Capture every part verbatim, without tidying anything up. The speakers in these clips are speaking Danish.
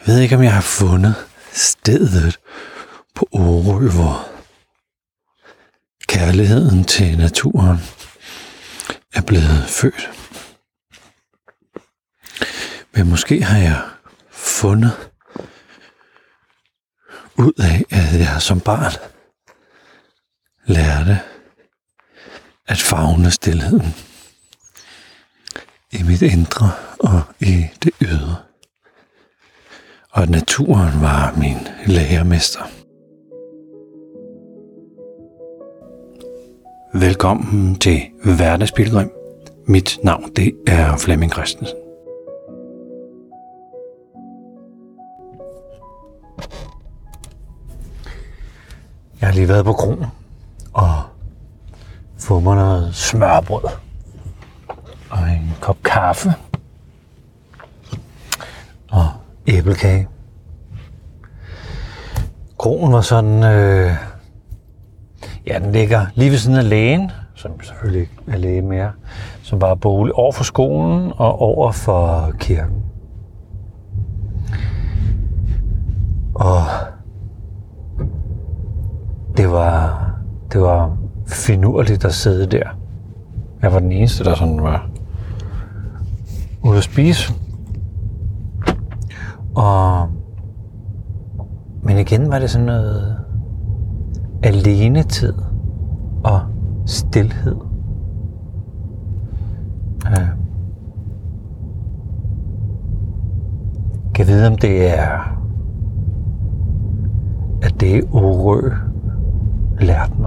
Jeg ved ikke, om jeg har fundet stedet på Orø, hvor kærligheden til naturen er blevet født. Men måske har jeg fundet ud af, at jeg som barn lærte at favne stilheden i mit indre og i det ydre. Og at naturen var min lærermester. Velkommen til Hverdagspilgrim. Mit navn det er Flemming Christensen. Jeg har lige været på kroen og fået mig noget smørbrød og en kop kaffe og æblekage. Kroen var sådan, øh, ja, den ligger lige ved siden af lægen, som selvfølgelig ikke er læge mere, som var bolig over for skolen og over for kirken. Og det var, det var finurligt at sidde der. Jeg var den eneste, der sådan var ude at spise. Og, men igen var det sådan noget alenetid og stilhed. Øh. Kan vide, om det er, at det Orø lærte mig.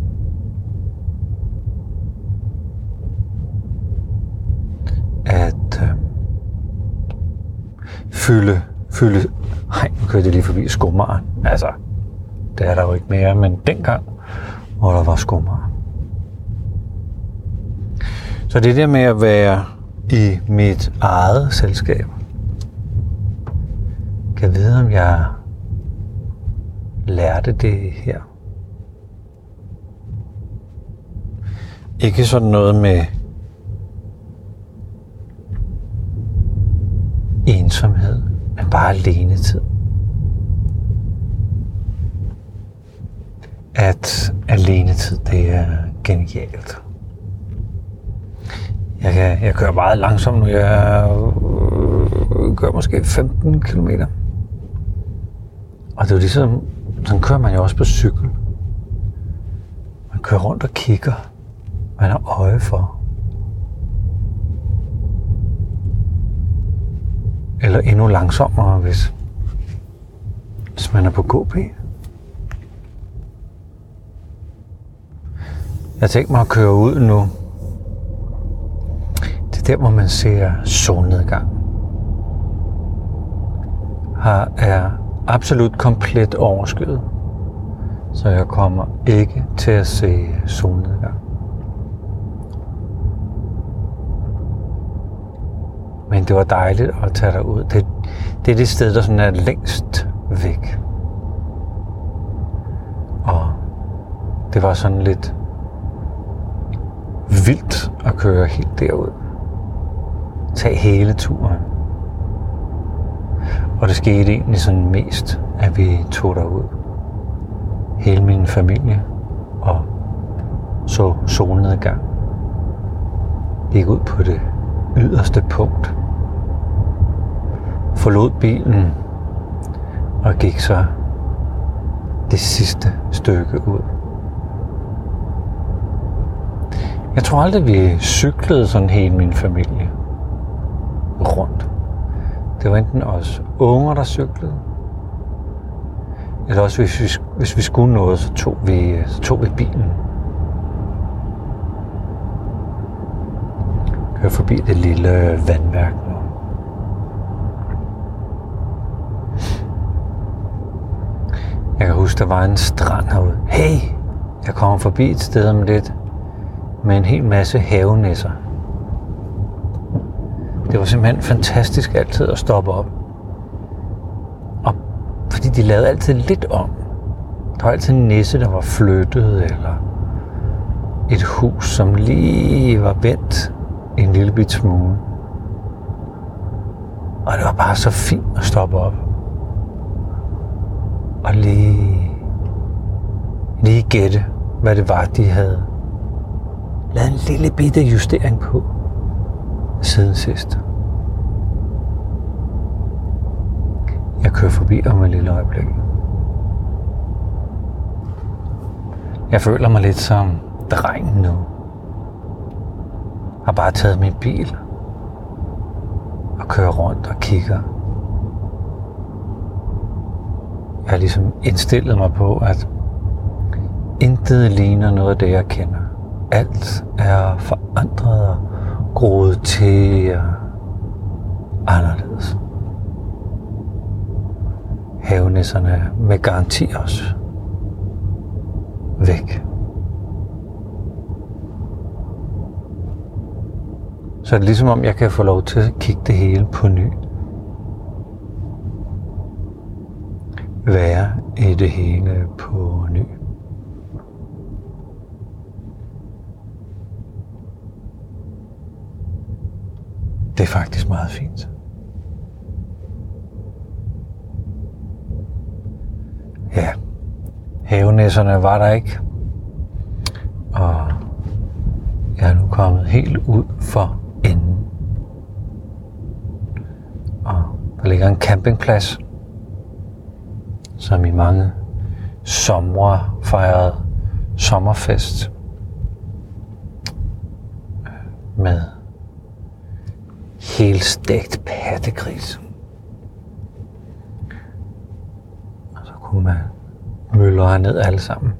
At øh, fylde, fylde, nej, nu kørte jeg lige forbi skummeren. Altså, det er der jo ikke mere, men dengang, hvor der var skummer. Så det der med at være i mit eget selskab, kan vide, om jeg lærte det her. Ikke sådan noget med ensomhed, men bare alenetid. At alenetid, det er genialt. Jeg, kan, jeg kører meget langsomt nu. Jeg øh, kører måske femten kilometer. Og det er jo ligesom, sådan kører man jo også på cykel. Man kører rundt og kigger. Man har øje for. Eller endnu langsommere, hvis, hvis man er på K P. Jeg tænker mig at køre ud nu. Det er der, hvor man ser solnedgang. Her er absolut komplet overskyet. Så jeg kommer ikke til at se solnedgang. Men det var dejligt at tage derud. Det, det er det sted, der sådan er længst væk. Og det var sådan lidt vildt at køre helt derud. Tag hele turen. Og det skete egentlig sådan mest, at vi tog derud. Hele min familie og så solnedgang. Gik ud på det yderste punkt. Forlod bilen og gik så det sidste stykke ud. Jeg tror aldrig, vi cyklede sådan hele min familie rundt. Det var enten os unger, der cyklede, eller også hvis vi, hvis vi skulle noget, så tog vi, så tog vi bilen. Kører forbi det lille vandværk nu. Jeg kan huske, der var en strand herude. Hey, jeg kommer forbi et sted om lidt med en hel masse havenisser. Det var simpelthen fantastisk altid at stoppe op. Og fordi de lavede altid lidt om. Der var altid en nisse, der var flyttet, eller et hus, som lige var vendt en lille bit smule. Og det var bare så fint at stoppe op og lige, lige gætte, hvad det var, de havde lavet en lille bitte justering på siden sidst. Jeg kører forbi om et lille øjeblik. Jeg føler mig lidt som drengen nu. Har bare taget min bil og kører rundt og kigger. Jeg har ligesom indstillet mig på, at intet ligner noget af det, jeg kender. Alt er forandret og groet til og anderledes. Havenisserne med garanti også væk. Så er det ligesom om, jeg kan få lov til at kigge det hele på ny. Være i det hele på ny. Det er faktisk meget fint. Ja, havenisserne var der ikke. Og jeg er nu kommet helt ud for enden. Og der ligger en campingplads, som i mange somre fejrede sommerfest med helstegt pattegris. Og så kunne man møller herned alle sammen.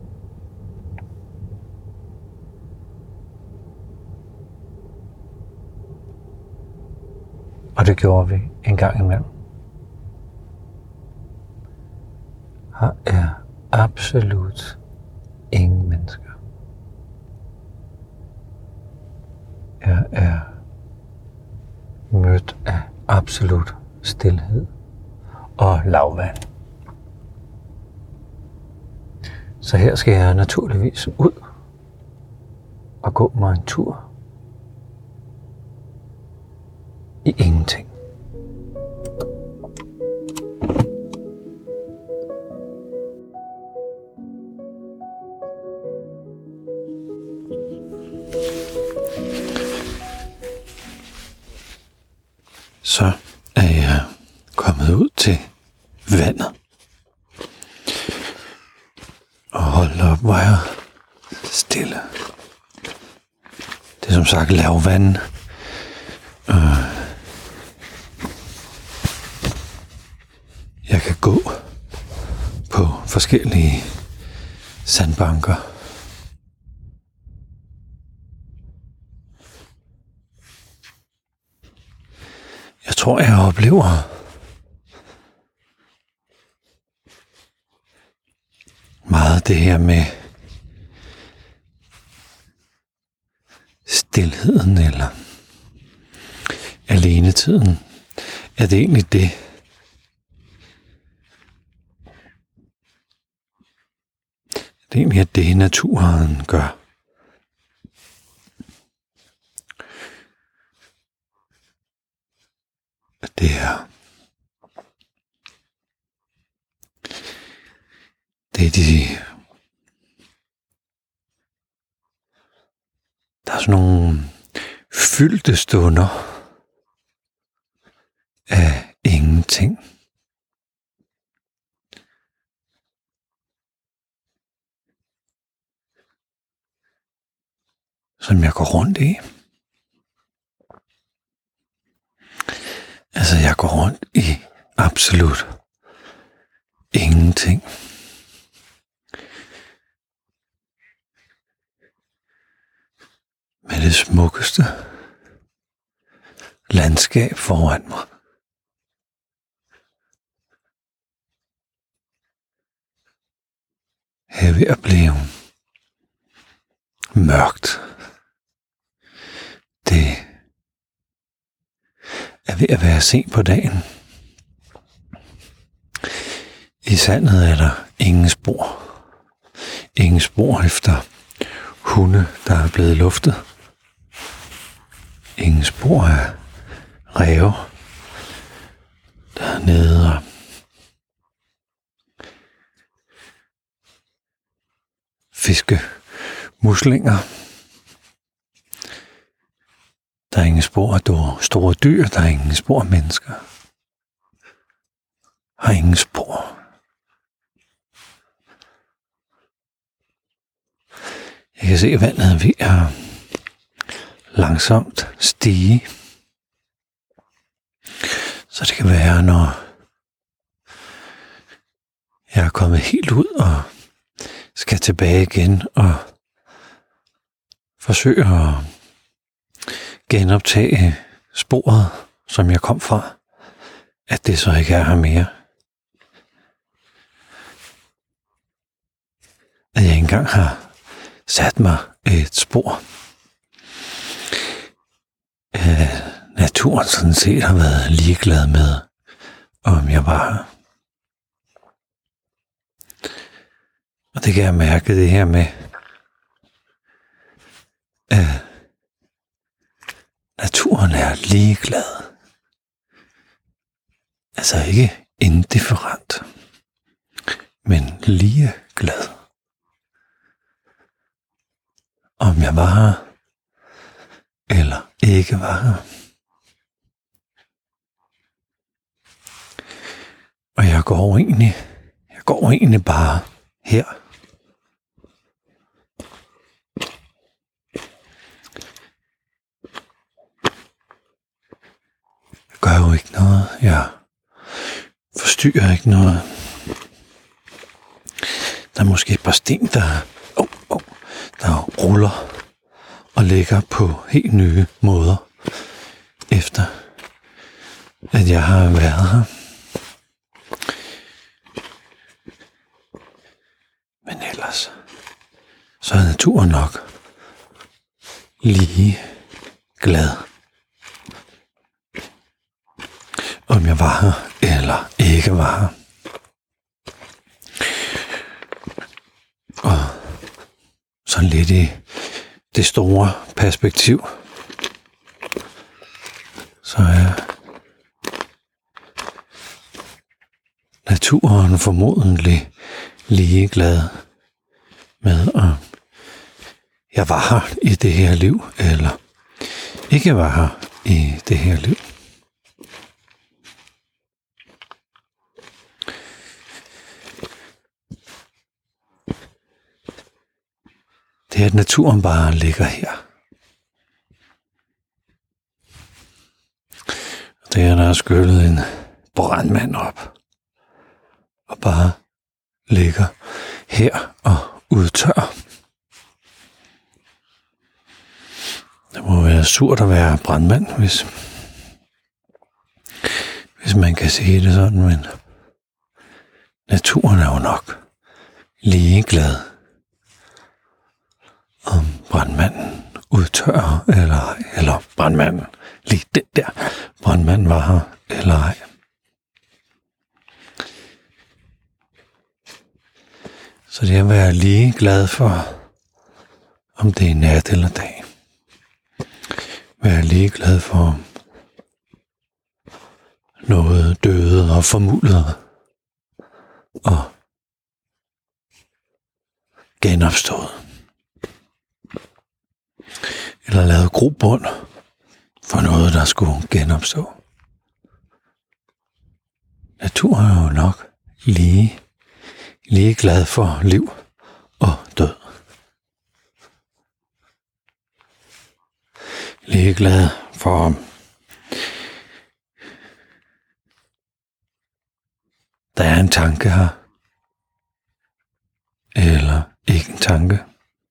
Og det gjorde vi en gang imellem. Her er absolut ingen mennesker. Jeg er mødt af absolut stilhed og lavvand. Så her skal jeg naturligvis ud og gå mig en tur i ingenting. Så er jeg kommet ud til vandet. Og hold op, hvor jeg stille. Det er som sagt lavvand. Jeg kan gå på forskellige sandbanker. Jeg tror, jeg oplever meget det her med stilheden eller alenetiden. Er det egentlig det, det er egentlig det, naturen gør? Det er det er de der er sådan nogle fyldte stunder af ingenting. Som jeg går rundt i. Altså, jeg går rundt i absolut ingenting. Med det smukkeste landskab foran mig. Her er ved at blive mørkt. Det er ved at være sent på dagen. I sandet er der ingen spor. Ingen spor efter hunde, der er blevet luftet. Ingen spor af ræve, der er nede og fiske muslinger. Der er ingen spor af store dyr, der er ingen spor af mennesker. Har ingen spor. Jeg kan se, at vandet er ved at langsomt stige. Så det kan være, når jeg er kommet helt ud og skal tilbage igen og forsøge at genoptage sporet, som jeg kom fra, at det så ikke er her mere. At jeg engang har sat mig et spor. At naturen sådan set har været ligeglad med, om jeg var her. Og det kan jeg mærke, det her med, at naturen er ligeglad. Altså ikke indifferent, men ligeglad. Om jeg var her, eller ikke var her. Og jeg går egentlig, jeg går egentlig bare her. Jeg gør jo ikke noget. Jeg forstyrrer ikke noget. Der er måske et par sten, der, oh, oh, der ruller og ligger på helt nye måder, efter at jeg har været her. Men ellers, så er naturen nok lige glad. Om jeg var her, eller ikke var her. Og sådan lidt i det store perspektiv, så er naturen formodentlig ligeglad med, om jeg var her i det her liv, eller ikke var her i det her liv. Det er, at naturen bare ligger her. Det er, der er skyllet en brandmand op, og bare ligger her og udtør. Det må være surt at være brandmand, hvis, hvis man kan sige det sådan, men naturen er jo nok ligeglad, om brandmanden udtørrer eller ej, eller brandmanden, lige den der brandmanden var her eller ej. Så det er at være lige glad for, om det er nat eller dag. Være lige glad for noget døde og formuldet og genopstået. Eller lavet grobund for noget, der skulle genopstå. Naturen er jo nok lige, lige glad for liv og død. Lige glad for der er en tanke her, eller ikke en tanke.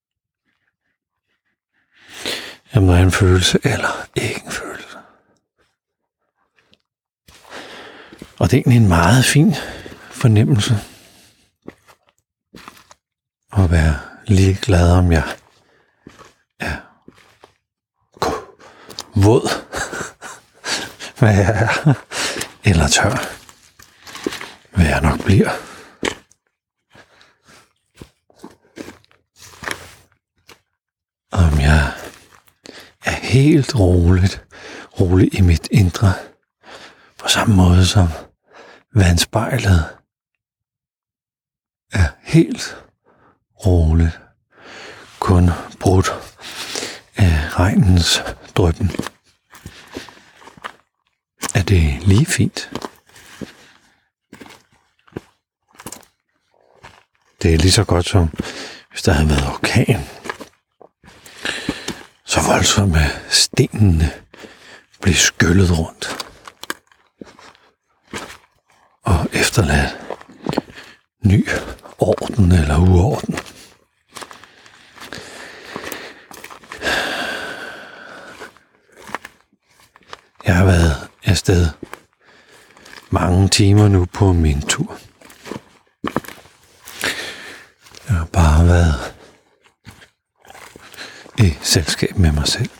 Om der er en følelse, eller ikke en følelse. Og det er egentlig en meget fin fornemmelse at være ligeglad, om jeg er våd, hvad jeg er, eller tør, hvad jeg nok bliver. Om jeg er helt roligt, rolig i mit indre, på samme måde som vandspejlet er helt roligt kun brudt af regnens dryppen. Er det lige fint? Det er lige så godt som hvis der havde været orkan. Så voldsomt at stenene blev skyllet rundt og efterladt ny orden eller uorden. Jeg har været afsted mange timer nu på min tur. Jeg har bare været i selskab med mig selv.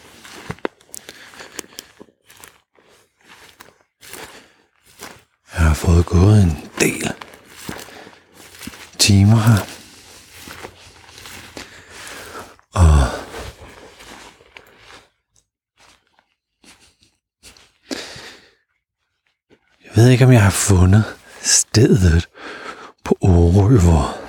Jeg har fået gået en del timer her. Og jeg ved ikke, om jeg har fundet stedet på Orø, hvor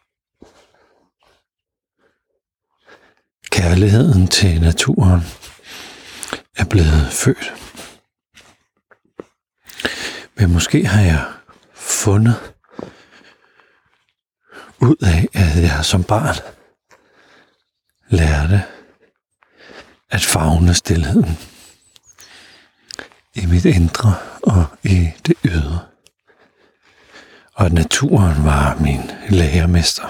kærligheden til naturen er blevet født. Men måske har jeg fundet ud af, at jeg som barn lærte at favne stilheden i mit indre og i det ydre. Og at naturen var min lærermester.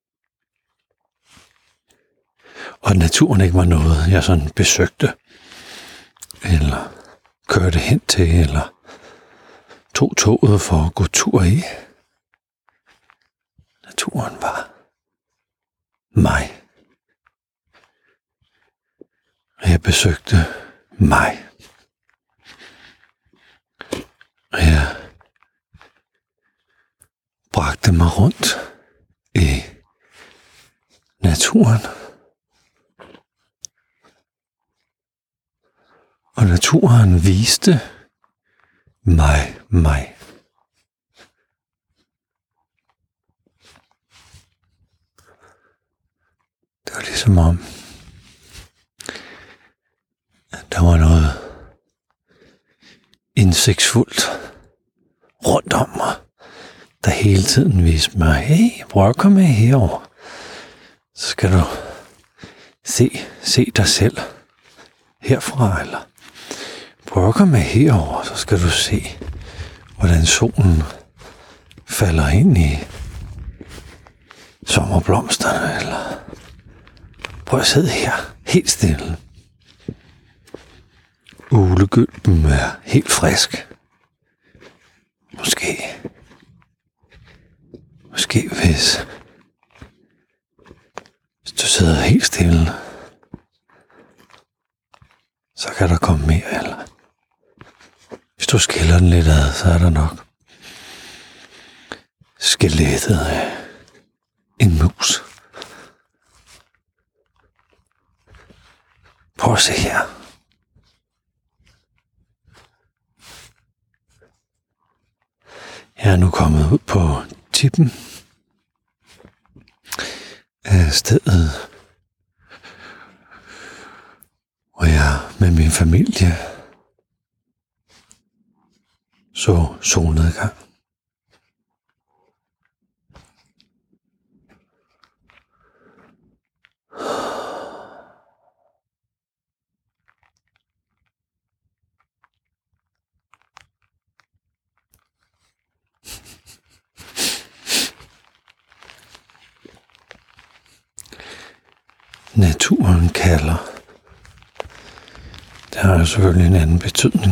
Og at naturen ikke var noget, jeg sådan besøgte, eller kørte hen til, eller tog toget for at gå tur i. Naturen var mig. Og jeg besøgte mig. Og jeg bragte mig rundt i naturen. Og naturen viste mig, mig. Det var ligesom om, at der var noget indsigtsfuldt rundt om mig, der hele tiden viste mig, hey, prøv at komme med herover. Så skal du se, se dig selv herfra, eller prøv at komme med herover, så skal du se, hvordan solen falder ind i sommerblomsterne, eller prøv at sidde her, helt stille. Ulegylpen er helt frisk. Måske, måske hvis, hvis du sidder helt stille, så kan der komme mere, eller hvis du skiller den lidt ad, så er der nok skelettet af en mus. Prøv at se her. Jeg er nu kommet ud på tippen af stedet, hvor jeg med min familie så solnedgang. Naturen kalder. Det har jo selvfølgelig en anden betydning.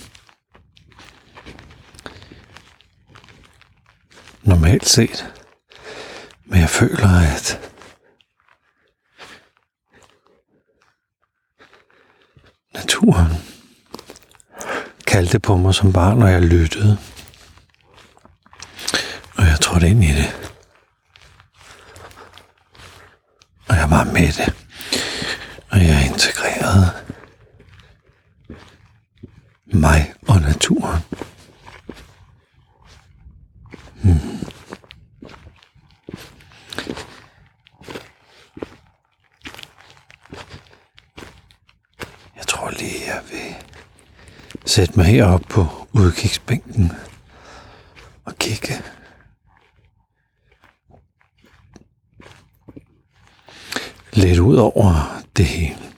Normalt set. Men jeg føler, at naturen kaldte på mig som barn, når jeg lyttede. Og jeg trådte ind i det. Og jeg var med det. Og jeg integrerede mig og naturen. Hmm. sætte mig herop på udkigsbænken og kigge. Lidt ud over det hele.